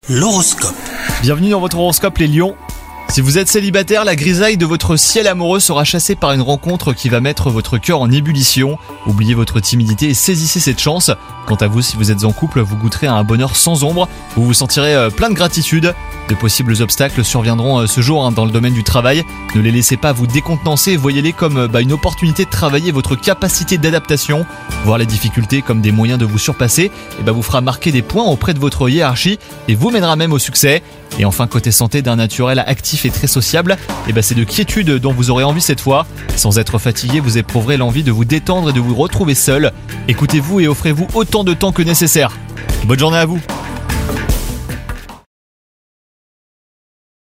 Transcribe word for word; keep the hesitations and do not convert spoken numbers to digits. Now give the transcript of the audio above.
L'horoscope. Bienvenue dans votre horoscope les lions. Si vous êtes célibataire, la grisaille de votre ciel amoureux sera chassée par une rencontre qui va mettre votre cœur en ébullition. Oubliez votre timidité et saisissez cette chance. Quant à vous, si vous êtes en couple, vous goûterez à un bonheur sans ombre. Vous vous sentirez euh, plein de gratitude. De possibles obstacles surviendront euh, ce jour hein, dans le domaine du travail. Ne les laissez pas vous décontenancer, voyez-les comme euh, bah, une opportunité de travailler votre capacité d'adaptation. Voir les difficultés comme des moyens de vous surpasser et bah, vous fera marquer des points auprès de votre hiérarchie et vous mènera même au succès. Et enfin, côté santé, d'un naturel actif et très sociable, et bah c'est de quiétude dont vous aurez envie cette fois. Sans être fatigué, vous éprouverez l'envie de vous détendre et de vous retrouver seul. Écoutez-vous et offrez-vous autant de temps que nécessaire. Bonne journée à vous.